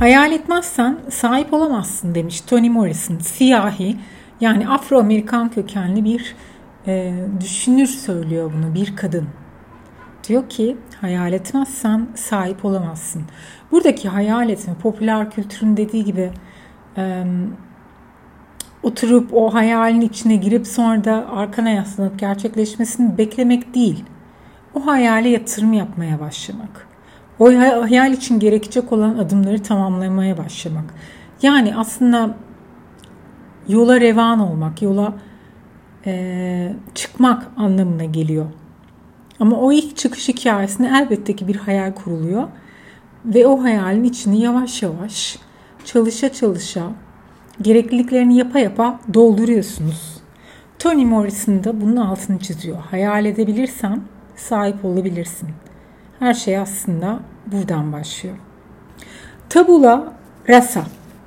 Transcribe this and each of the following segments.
Hayal etmezsen sahip olamazsın demiş Toni Morrison. Siyahi, yani Afro-Amerikan kökenli bir düşünür söylüyor bunu, bir kadın. Diyor ki hayal etmezsen sahip olamazsın. Buradaki hayal etme, popüler kültürün dediği gibi oturup o hayalin içine girip sonra da arkana yaslanıp gerçekleşmesini beklemek değil. O hayale yatırım yapmaya başlamak. O hayal için gerekecek olan adımları tamamlamaya başlamak. Yani aslında yola revan olmak, yola çıkmak anlamına geliyor. Ama o ilk çıkış hikayesinde elbette ki bir hayal kuruluyor. Ve o hayalin içini yavaş yavaş, çalışa çalışa, gerekliliklerini yapa yapa dolduruyorsunuz. Toni Morrison da bunun altını çiziyor. Hayal edebilirsen sahip olabilirsin. Her şey aslında buradan başlıyor. Tabula rasa.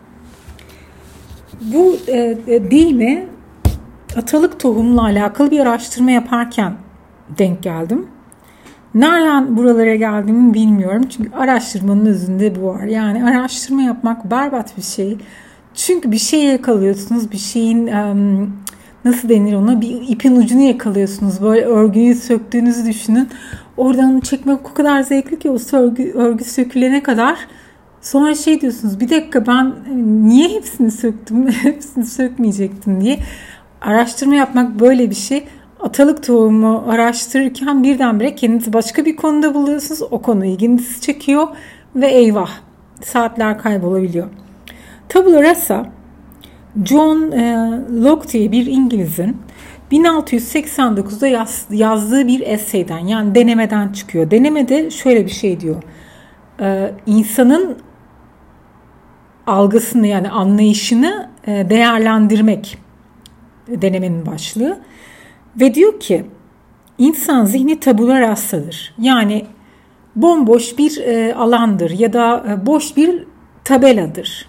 Bu deyime atalık tohumla alakalı bir araştırma yaparken denk geldim. Nereden buralara geldiğimi bilmiyorum. Çünkü araştırmanın özünde bu var. Yani araştırma yapmak berbat bir şey. Çünkü bir şey yakalıyorsunuz. Bir şeyin nasıl denir ona? Bir ipin ucunu yakalıyorsunuz. Böyle örgüyü söktüğünüzü düşünün. Oradan çekmek o kadar zevkli ki o örgü sökülene kadar. Sonra şey diyorsunuz. Bir dakika ben niye hepsini söktüm? Hepsini sökmeyecektim diye. Araştırma yapmak böyle bir şey. Atalık tohumu araştırırken birdenbire kendinizi başka bir konuda buluyorsunuz. O konu ilginizi çekiyor ve eyvah saatler kaybolabiliyor. Tabula rasa, John Locke diye bir İngiliz'in 1689'da yazdığı bir essayden, yani denemeden çıkıyor. Denemede şöyle bir şey diyor. İnsanın algısını, yani anlayışını değerlendirmek denemenin başlığı. Ve diyor ki insan zihni tabula rasadır. Yani bomboş bir alandır ya da boş bir tabeladır.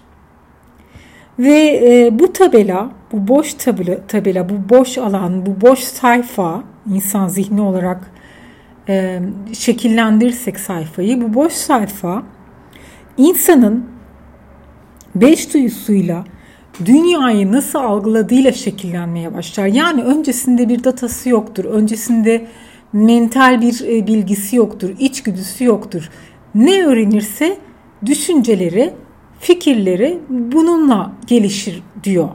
Ve bu tabela, bu boş tabela, bu boş alan, bu boş sayfa, insan zihni olarak şekillendirirsek sayfayı, bu boş sayfa insanın beş duyusuyla dünyayı nasıl algıladığıyla şekillenmeye başlar. Yani öncesinde bir datası yoktur. Öncesinde mental bir bilgisi yoktur. İçgüdüsü yoktur. Ne öğrenirse düşünceleri, fikirleri bununla gelişir diyor.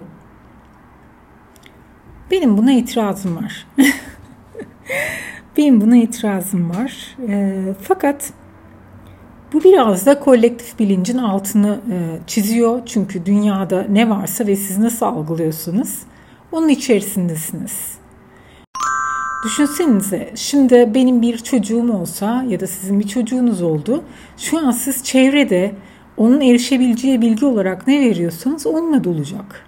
Benim buna itirazım var. Fakat bu biraz da kolektif bilincin altını çiziyor. Çünkü dünyada ne varsa ve siz nasıl algılıyorsunuz, onun içerisindesiniz. Düşünsenize, şimdi benim bir çocuğum olsa ya da sizin bir çocuğunuz oldu. Şu an siz çevrede onun erişebileceği bilgi olarak ne veriyorsanız onunla dolacak.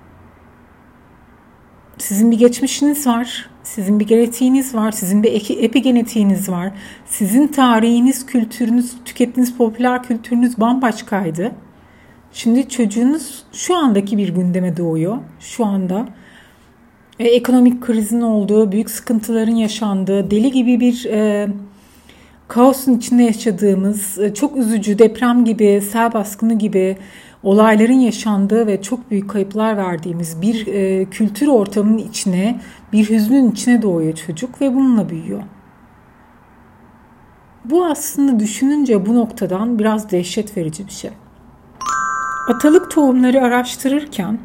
Sizin bir geçmişiniz var, sizin bir genetiğiniz var, sizin bir epigenetiğiniz var. Sizin tarihiniz, kültürünüz, tükettiğiniz popüler kültürünüz bambaşkaydı. Şimdi çocuğunuz şu andaki bir gündeme doğuyor. Şu anda ekonomik krizin olduğu, büyük sıkıntıların yaşandığı, deli gibi bir kaosun içinde yaşadığımız, çok üzücü deprem gibi, sel baskını gibi olayların yaşandığı ve çok büyük kayıplar verdiğimiz bir kültür ortamının içine, bir hüznün içine doğuyor çocuk ve bununla büyüyor. Bu aslında düşününce bu noktadan biraz dehşet verici bir şey. Atalık tohumları araştırırken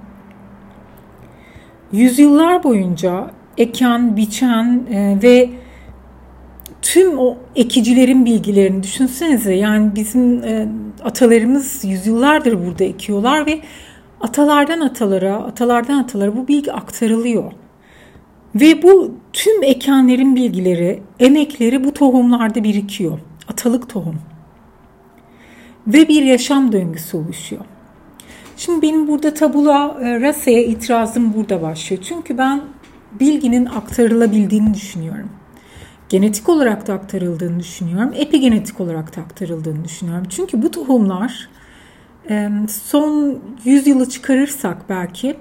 yüzyıllar boyunca eken, biçen ve tüm o ekicilerin bilgilerini düşünsenize. Yani bizim atalarımız yüzyıllardır burada ekiyorlar ve atalardan atalara bu bilgi aktarılıyor. Ve bu tüm ekenlerin bilgileri, emekleri bu tohumlarda birikiyor. Atalık tohum. Ve bir yaşam döngüsü oluşuyor. Şimdi benim burada tabula rasa'ya itirazım burada başlıyor. Çünkü ben bilginin aktarılabildiğini düşünüyorum. Genetik olarak da aktarıldığını düşünüyorum. Epigenetik olarak da aktarıldığını düşünüyorum. Çünkü bu tohumlar son 100 yılı çıkarırsak belki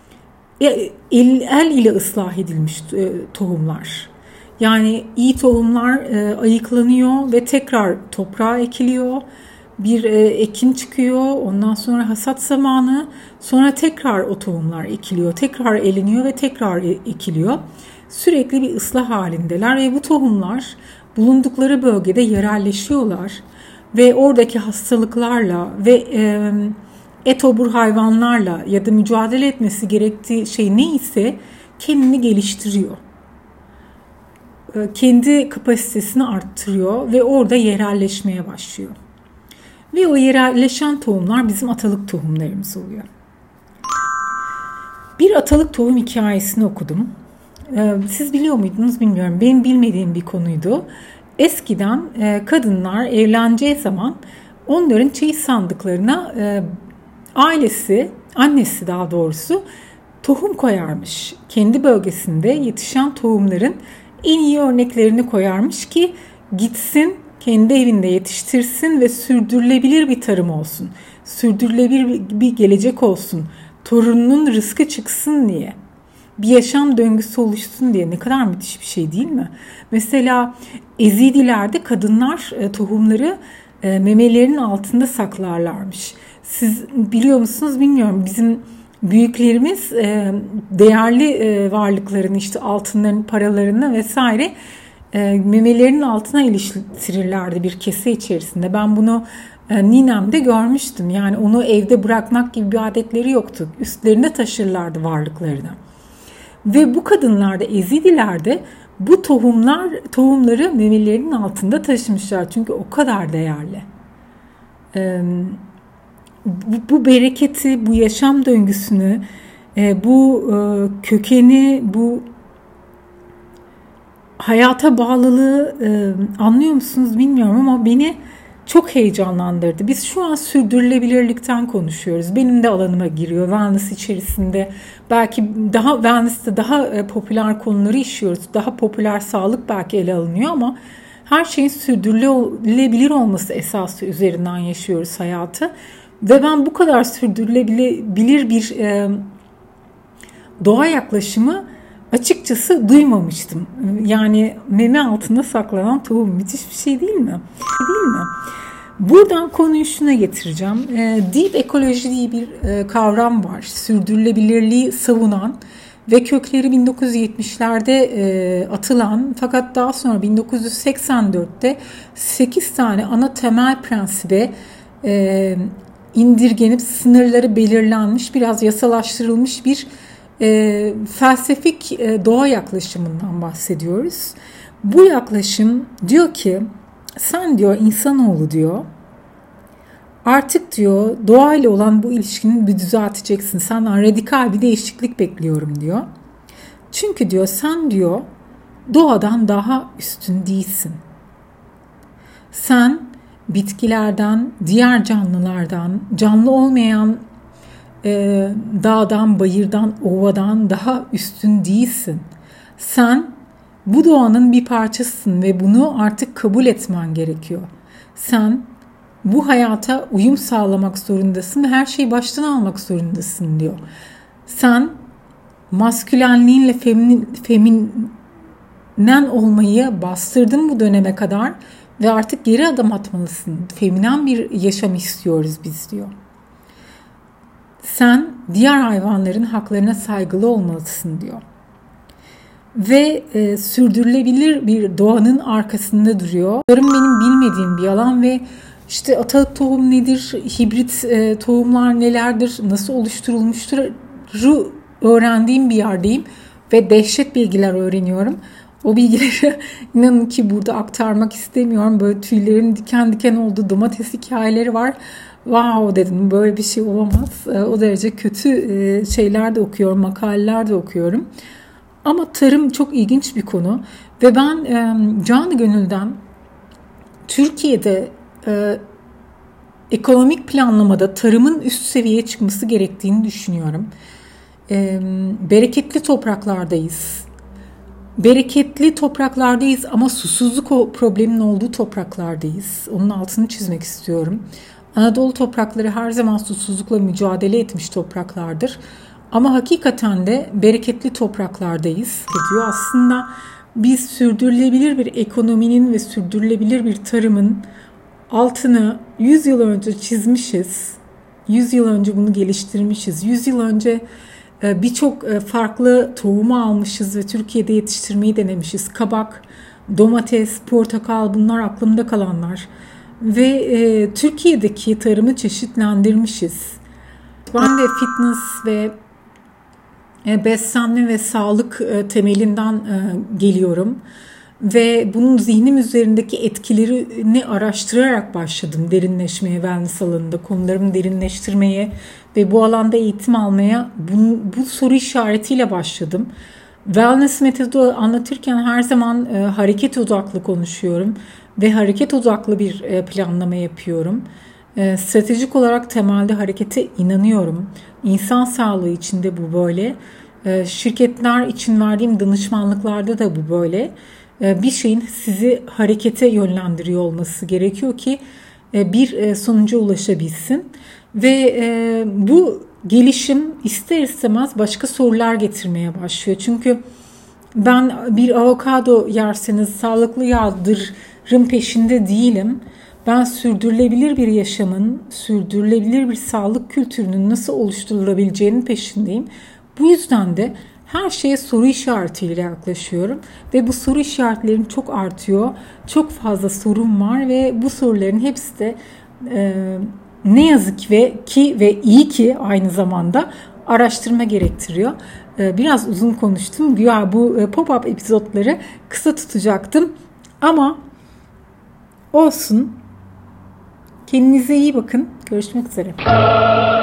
el ile ıslah edilmiş tohumlar. Yani iyi tohumlar ayıklanıyor ve tekrar toprağa ekiliyor. bir ekin çıkıyor, ondan sonra hasat zamanı, sonra tekrar o tohumlar ekiliyor, tekrar eleniyor ve tekrar ekiliyor. Sürekli bir ıslah halindeler ve bu tohumlar bulundukları bölgede yerelleşiyorlar ve oradaki hastalıklarla ve etobur hayvanlarla ya da mücadele etmesi gerektiği şey neyse kendini geliştiriyor. Kendi kapasitesini arttırıyor ve orada yerelleşmeye başlıyor. Ve o yerelleşen tohumlar bizim atalık tohumlarımız oluyor. Bir atalık tohum hikayesini okudum. Siz biliyor muydunuz bilmiyorum. Benim bilmediğim bir konuydu. Eskiden kadınlar evleneceği zaman onların çeyiz sandıklarına ailesi, annesi daha doğrusu tohum koyarmış. Kendi bölgesinde yetişen tohumların en iyi örneklerini koyarmış ki gitsin kendi evinde yetiştirsin ve sürdürülebilir bir tarım olsun. Sürdürülebilir bir gelecek olsun. Torununun rızkı çıksın diye. Bir yaşam döngüsü oluşsun diye. Ne kadar müthiş bir şey değil mi? Mesela Ezidilerde kadınlar tohumları memelerinin altında saklarlarmış. Siz biliyor musunuz bilmiyorum. Bizim büyüklerimiz değerli varlıklarını işte altınların, paralarını vesaire memelerinin altına iliştirirlerdi bir kese içerisinde. Ben bunu ninemde görmüştüm. Yani onu evde bırakmak gibi bir adetleri yoktu. Üstlerine taşırlardı varlıklarını. Ve bu kadınlar da Ezidilerde bu tohumları memelerinin altında taşımışlar. Çünkü o kadar değerli. Bu bereketi, bu yaşam döngüsünü, bu kökeni, bu hayata bağlılığı anlıyor musunuz bilmiyorum ama beni çok heyecanlandırdı. Biz şu an sürdürülebilirlikten konuşuyoruz. Benim de alanıma giriyor. Wellness içerisinde belki wellness'te daha popüler konuları işliyoruz. Daha popüler sağlık belki ele alınıyor ama her şeyin sürdürülebilir olması esası üzerinden yaşıyoruz hayatı. Ve ben bu kadar sürdürülebilir bir doğa yaklaşımı açıkçası duymamıştım. Yani meme altında saklanan tohum müthiş bir şey değil mi? Buradan konuyu şuna getireceğim. Deep ekoloji diye bir kavram var. Sürdürülebilirliği savunan ve kökleri 1970'lerde atılan fakat daha sonra 1984'te 8 tane ana temel prensibe indirgenip sınırları belirlenmiş, biraz yasalaştırılmış bir felsefik doğa yaklaşımından bahsediyoruz. Bu yaklaşım diyor ki sen diyor insanoğlu diyor artık diyor doğayla olan bu ilişkini bir düzelteceksin. Senden radikal bir değişiklik bekliyorum diyor. Çünkü diyor sen diyor doğadan daha üstün değilsin. Sen bitkilerden, diğer canlılardan, canlı olmayan dağdan, bayırdan, ovadan daha üstün değilsin. Sen bu doğanın bir parçasısın ve bunu artık kabul etmen gerekiyor. Sen bu hayata uyum sağlamak zorundasın ve her şeyi baştan almak zorundasın diyor. Sen maskülenliğinle feminen olmayı bastırdın bu döneme kadar ve artık geri adım atmalısın. Feminen bir yaşam istiyoruz biz diyor. Sen diğer hayvanların haklarına saygılı olmalısın diyor. Ve sürdürülebilir bir doğanın arkasında duruyor. Benim bilmediğim bir alan ve işte atalık tohum nedir, hibrit tohumlar nelerdir, nasıl oluşturulmuştur öğrendiğim bir yerdeyim ve dehşet bilgiler öğreniyorum. O bilgileri inanın ki burada aktarmak istemiyorum. Böyle tüylerin diken diken olduğu domates hikayeleri var. Wow dedim, böyle bir şey olamaz. O derece kötü şeyler de okuyorum, makaleler de okuyorum. Ama tarım çok ilginç bir konu ve ben canı gönülden Türkiye'de ekonomik planlamada tarımın üst seviyeye çıkması gerektiğini düşünüyorum. Bereketli topraklardayız. Bereketli topraklardayız ama susuzluk probleminin olduğu topraklardayız. Onun altını çizmek istiyorum. Anadolu toprakları her zaman susuzlukla mücadele etmiş topraklardır. Ama hakikaten de bereketli topraklardayız diyor. Aslında biz sürdürülebilir bir ekonominin ve sürdürülebilir bir tarımın altını 100 yıl önce çizmişiz. 100 yıl önce bunu geliştirmişiz. 100 yıl önce birçok farklı tohumu almışız ve Türkiye'de yetiştirmeyi denemişiz. Kabak, domates, portakal, bunlar aklımda kalanlar. Ve Türkiye'deki tarımı çeşitlendirmişiz. Ben de fitness ve beslenme ve sağlık temelinden geliyorum. Ve bunun zihnim üzerindeki etkilerini araştırarak başladım derinleşmeye, wellness alanında konularımı derinleştirmeye ve bu alanda eğitim almaya bu soru işaretiyle başladım. Wellness metodu anlatırken her zaman hareket odaklı konuşuyorum ve hareket odaklı bir planlama yapıyorum. Stratejik olarak temelde harekete inanıyorum. İnsan sağlığı için de bu böyle. Şirketler için verdiğim danışmanlıklarda da bu böyle. Bir şeyin sizi harekete yönlendiriyor olması gerekiyor ki bir sonuca ulaşabilsin. Ve bu gelişim ister istemez başka sorular getirmeye başlıyor. Çünkü ben bir avokado yerseniz sağlıklı yağdırın peşinde değilim. Ben sürdürülebilir bir yaşamın, sürdürülebilir bir sağlık kültürünün nasıl oluşturulabileceğinin peşindeyim. Bu yüzden de her şeye soru işaretiyle yaklaşıyorum ve bu soru işaretlerim çok artıyor. Çok fazla sorun var ve bu soruların hepsi de ne yazık ki ve iyi ki aynı zamanda araştırma gerektiriyor. Biraz uzun konuştum. Güya bu pop-up epizotları kısa tutacaktım ama olsun. Kendinize iyi bakın. Görüşmek üzere.